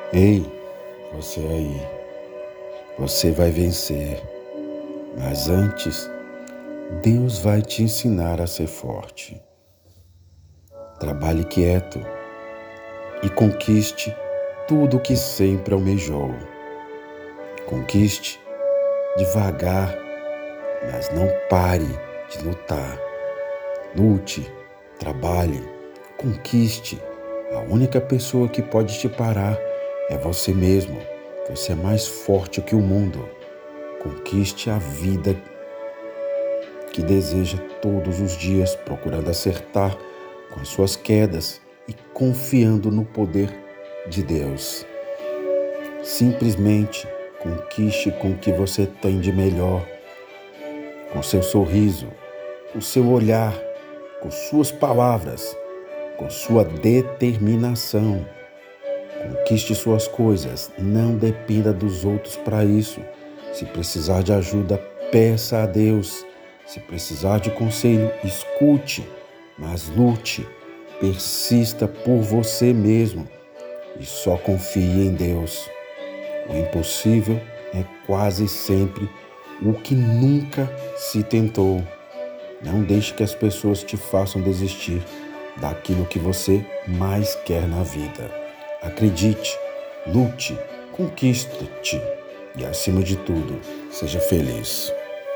Ei, você aí, você vai vencer, mas antes, Deus vai te ensinar a ser forte. Trabalhe quieto e conquiste tudo o que sempre almejou. Conquiste devagar, mas não pare de lutar. Lute, trabalhe, conquiste. A única pessoa que pode te parar é você mesmo. Você é mais forte que o mundo. Conquiste a vida que deseja todos os dias, procurando acertar com as suas quedas e confiando no poder de Deus. Simplesmente conquiste com o que você tem de melhor, com seu sorriso, com seu olhar, com suas palavras, com sua determinação. Conquiste suas coisas, não dependa dos outros para isso. Se precisar de ajuda, peça a Deus. Se precisar de conselho, escute, mas lute, persista por você mesmo e só confie em Deus. O impossível é quase sempre o que nunca se tentou. Não deixe que as pessoas te façam desistir daquilo que você mais quer na vida. Acredite, lute, conquiste-te e, acima de tudo, seja feliz.